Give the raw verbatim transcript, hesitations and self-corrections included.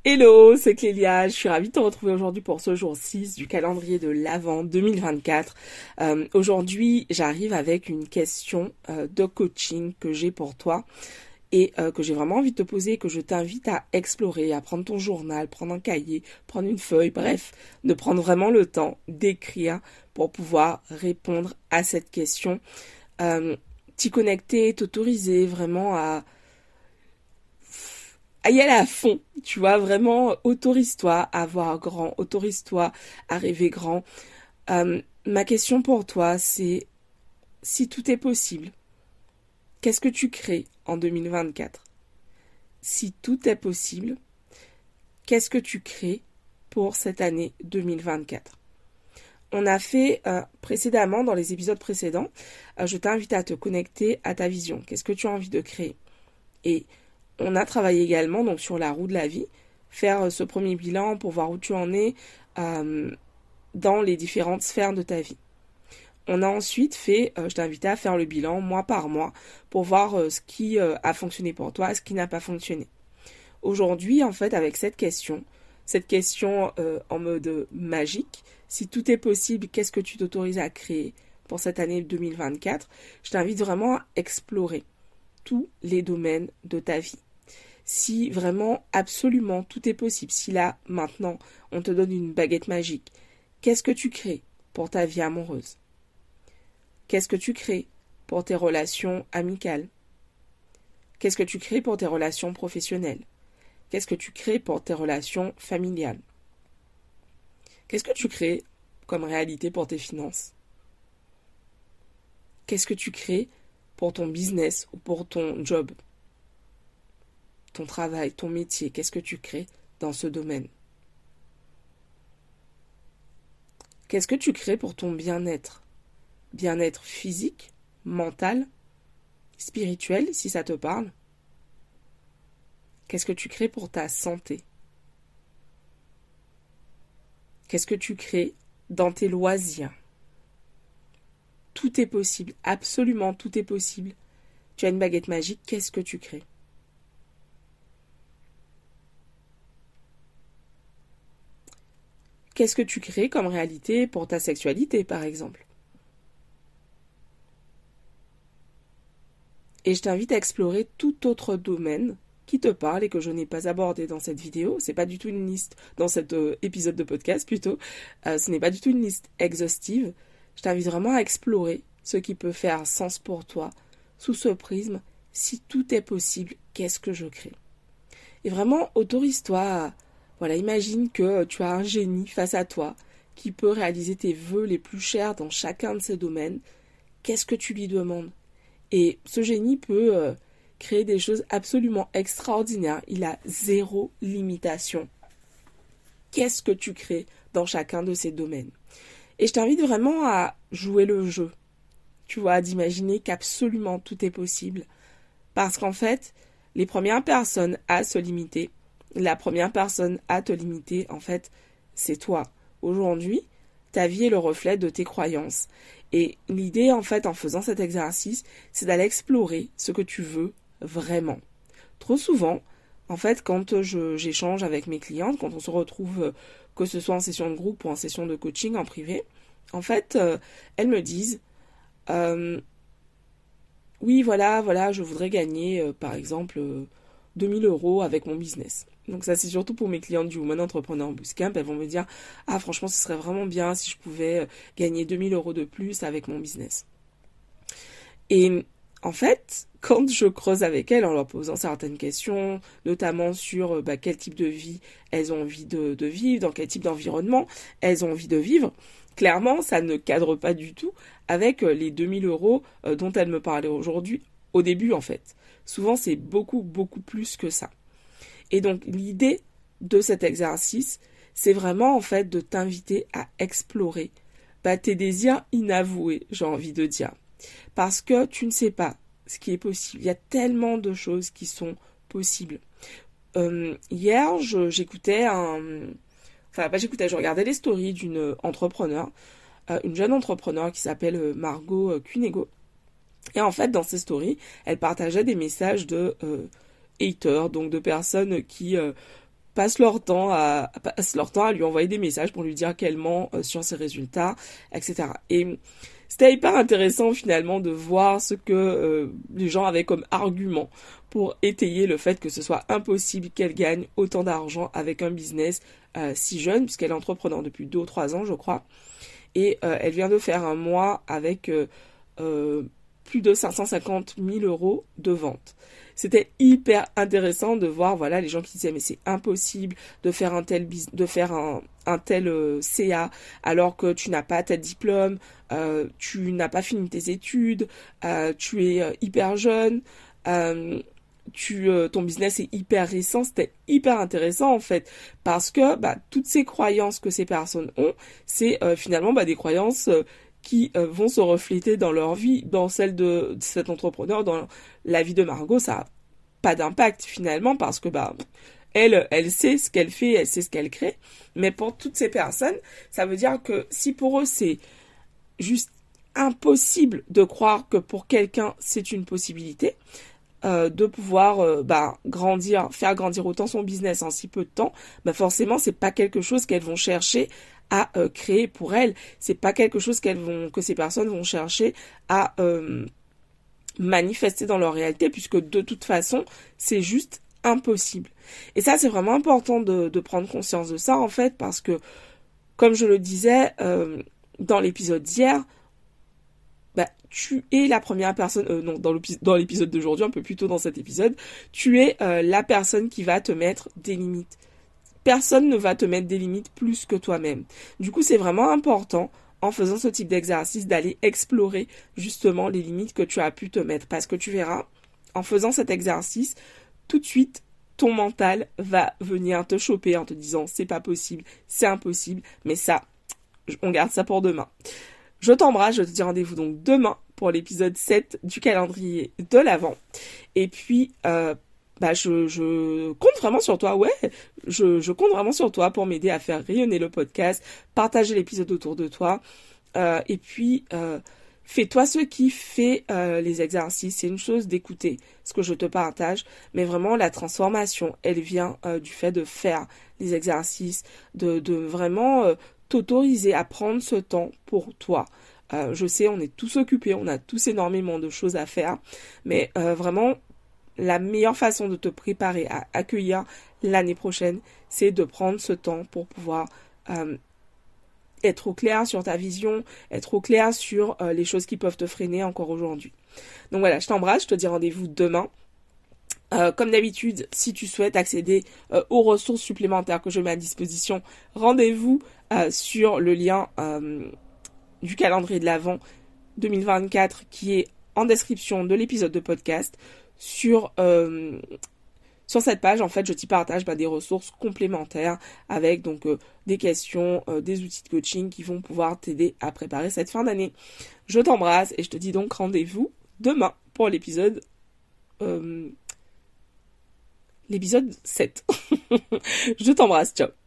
Hello, c'est Clélia, je suis ravie de te retrouver aujourd'hui pour ce jour six du calendrier de l'Avent deux mille vingt-quatre. Euh, aujourd'hui, j'arrive avec une question euh, de coaching que j'ai pour toi et euh, que j'ai vraiment envie de te poser, que je t'invite à explorer, à prendre ton journal, prendre un cahier, prendre une feuille, bref, de prendre vraiment le temps d'écrire pour pouvoir répondre à cette question. Euh, t'y connecter, t'autoriser vraiment à à y aller à fond, tu vois, vraiment, autorise-toi à voir grand, autorise-toi à rêver grand. Euh, ma question pour toi, c'est, si tout est possible, qu'est-ce que tu crées en deux mille vingt-quatre? Si tout est possible, qu'est-ce que tu crées pour cette année deux mille vingt-quatre? On a fait euh, précédemment, dans les épisodes précédents, euh, je t'invite à te connecter à ta vision. Qu'est-ce que tu as envie de créer? Et on a travaillé également donc sur la roue de la vie, faire ce premier bilan pour voir où tu en es euh, dans les différentes sphères de ta vie. On a ensuite fait, euh, je t'ai invité à faire le bilan mois par mois pour voir euh, ce qui euh, a fonctionné pour toi, ce qui n'a pas fonctionné. Aujourd'hui, en fait, avec cette question, cette question euh, en mode magique, si tout est possible, qu'est-ce que tu t'autorises à créer pour cette année deux mille vingt-quatre? Je t'invite vraiment à explorer tous les domaines de ta vie. Si vraiment, absolument, tout est possible, si là, maintenant, on te donne une baguette magique, qu'est-ce que tu crées pour ta vie amoureuse? Qu'est-ce que tu crées pour tes relations amicales? Qu'est-ce que tu crées pour tes relations professionnelles? Qu'est-ce que tu crées pour tes relations familiales? Qu'est-ce que tu crées comme réalité pour tes finances? Qu'est-ce que tu crées pour ton business ou pour ton job? Ton travail, ton métier, qu'est-ce que tu crées dans ce domaine? Qu'est-ce que tu crées pour ton bien-être? Bien-être physique, mental, spirituel, si ça te parle? Qu'est-ce que tu crées pour ta santé? Qu'est-ce que tu crées dans tes loisirs? Tout est possible, absolument tout est possible. Tu as une baguette magique, qu'est-ce que tu crées? Qu'est-ce que tu crées comme réalité pour ta sexualité, par exemple? Et je t'invite à explorer tout autre domaine qui te parle et que je n'ai pas abordé dans cette vidéo. C'est pas du tout une liste, dans cet euh, épisode de podcast plutôt. Euh, ce n'est pas du tout une liste exhaustive. Je t'invite vraiment à explorer ce qui peut faire sens pour toi sous ce prisme. Si tout est possible, qu'est-ce que je crée? Et vraiment, autorise-toi à... Voilà, imagine que tu as un génie face à toi qui peut réaliser tes vœux les plus chers dans chacun de ces domaines. Qu'est-ce que tu lui demandes? Et ce génie peut euh, créer des choses absolument extraordinaires. Il a zéro limitation. Qu'est-ce que tu crées dans chacun de ces domaines? Et je t'invite vraiment à jouer le jeu. Tu vois, d'imaginer qu'absolument tout est possible. Parce qu'en fait, les premières personnes à se limiter, la première personne à te limiter, en fait, c'est toi. Aujourd'hui, ta vie est le reflet de tes croyances. Et l'idée, en fait, en faisant cet exercice, c'est d'aller explorer ce que tu veux vraiment. Trop souvent, en fait, quand je, j'échange avec mes clientes, quand on se retrouve, que ce soit en session de groupe ou en session de coaching en privé, en fait, euh, elles me disent, euh, oui, voilà, voilà, je voudrais gagner, euh, par exemple, euh, deux mille euros avec mon business. Donc ça, c'est surtout pour mes clientes du Woman Entrepreneur Bootcamp. Elles vont me dire, ah, franchement, ce serait vraiment bien si je pouvais euh, gagner deux mille euros de plus avec mon business. Et en fait, quand je creuse avec elles en leur posant certaines questions, notamment sur euh, bah, quel type de vie elles ont envie de, de vivre, dans quel type d'environnement elles ont envie de vivre, clairement, ça ne cadre pas du tout avec euh, les deux mille euros euh, dont elles me parlaient aujourd'hui, au début en fait. Souvent, c'est beaucoup, beaucoup plus que ça. Et donc, l'idée de cet exercice, c'est vraiment en fait de t'inviter à explorer bah, tes désirs inavoués, j'ai envie de dire. Parce que tu ne sais pas ce qui est possible. Il y a tellement de choses qui sont possibles. Euh, hier, je, j'écoutais un... Enfin, pas j'écoutais, je regardais les stories d'une entrepreneur, euh, une jeune entrepreneur qui s'appelle euh, Margot euh, Cunego. Et en fait, dans ses stories, elle partageait des messages de euh, haters, donc de personnes qui euh, passent leur temps à, passent leur temps à lui envoyer des messages pour lui dire qu'elle ment euh, sur ses résultats, et cetera. Et c'était hyper intéressant finalement de voir ce que euh, les gens avaient comme argument pour étayer le fait que ce soit impossible qu'elle gagne autant d'argent avec un business euh, si jeune, puisqu'elle est entrepreneur depuis deux ou trois ans, je crois. Et euh, elle vient de faire un mois avec euh, euh, plus de cinq cent cinquante mille euros de vente. C'était hyper intéressant de voir, voilà, les gens qui disaient mais c'est impossible de faire un tel bis- de faire un, un tel euh, C A alors que tu n'as pas tel diplôme, euh, tu n'as pas fini tes études, euh, tu es euh, hyper jeune, euh, tu euh, ton business est hyper récent. C'était hyper intéressant en fait parce que bah toutes ces croyances que ces personnes ont, c'est euh, finalement bah des croyances euh, qui euh, vont se refléter dans leur vie, dans celle de, de cet entrepreneur, dans la vie de Margot. Ça a pas d'impact finalement parce que bah elle, elle sait ce qu'elle fait, elle sait ce qu'elle crée. Mais pour toutes ces personnes, ça veut dire que si pour eux c'est juste impossible de croire que pour quelqu'un c'est une possibilité, euh, de pouvoir euh, bah, grandir, faire grandir autant son business en si peu de temps, bah forcément c'est pas quelque chose qu'elles vont chercher à euh, créer pour elles. C'est pas quelque chose qu'elles vont, que ces personnes vont chercher à euh, manifester dans leur réalité, puisque de toute façon c'est juste impossible. Et ça c'est vraiment important de, de prendre conscience de ça en fait, parce que comme je le disais euh, dans l'épisode d'hier, bah, tu es la première personne, euh, non, dans l'épisode, dans l'épisode d'aujourd'hui, un peu plus tôt dans cet épisode, tu es euh, la personne qui va te mettre des limites. Personne ne va te mettre des limites plus que toi-même. Du coup, c'est vraiment important, en faisant ce type d'exercice, d'aller explorer justement les limites que tu as pu te mettre. Parce que tu verras, en faisant cet exercice, tout de suite, ton mental va venir te choper en te disant c'est pas possible, c'est impossible, mais ça, on garde ça pour demain. Je t'embrasse, je te dis rendez-vous donc demain pour l'épisode sept du calendrier de l'Avent. Et puis, euh, bah je, je compte vraiment sur toi, ouais, je, je compte vraiment sur toi pour m'aider à faire rayonner le podcast, partager l'épisode autour de toi. Euh, et puis, euh, fais-toi ce qui fait euh, les exercices. C'est une chose d'écouter ce que je te partage, mais vraiment la transformation, elle vient euh, du fait de faire les exercices, de, de vraiment... Euh, t'autoriser à prendre ce temps pour toi. Euh, je sais, on est tous occupés, on a tous énormément de choses à faire, mais euh, vraiment, la meilleure façon de te préparer à accueillir l'année prochaine, c'est de prendre ce temps pour pouvoir euh, être au clair sur ta vision, être au clair sur euh, les choses qui peuvent te freiner encore aujourd'hui. Donc voilà, je t'embrasse, je te dis rendez-vous demain. Euh, comme d'habitude, si tu souhaites accéder euh, aux ressources supplémentaires que je mets à disposition, rendez-vous euh, sur le lien euh, du calendrier de l'Avent deux mille vingt-quatre qui est en description de l'épisode de podcast. Sur, euh, sur cette page, en fait, je t'y partage bah, des ressources complémentaires avec donc euh, des questions, euh, des outils de coaching qui vont pouvoir t'aider à préparer cette fin d'année. Je t'embrasse et je te dis donc rendez-vous demain pour l'épisode... Euh, l'épisode sept. Je t'embrasse, ciao.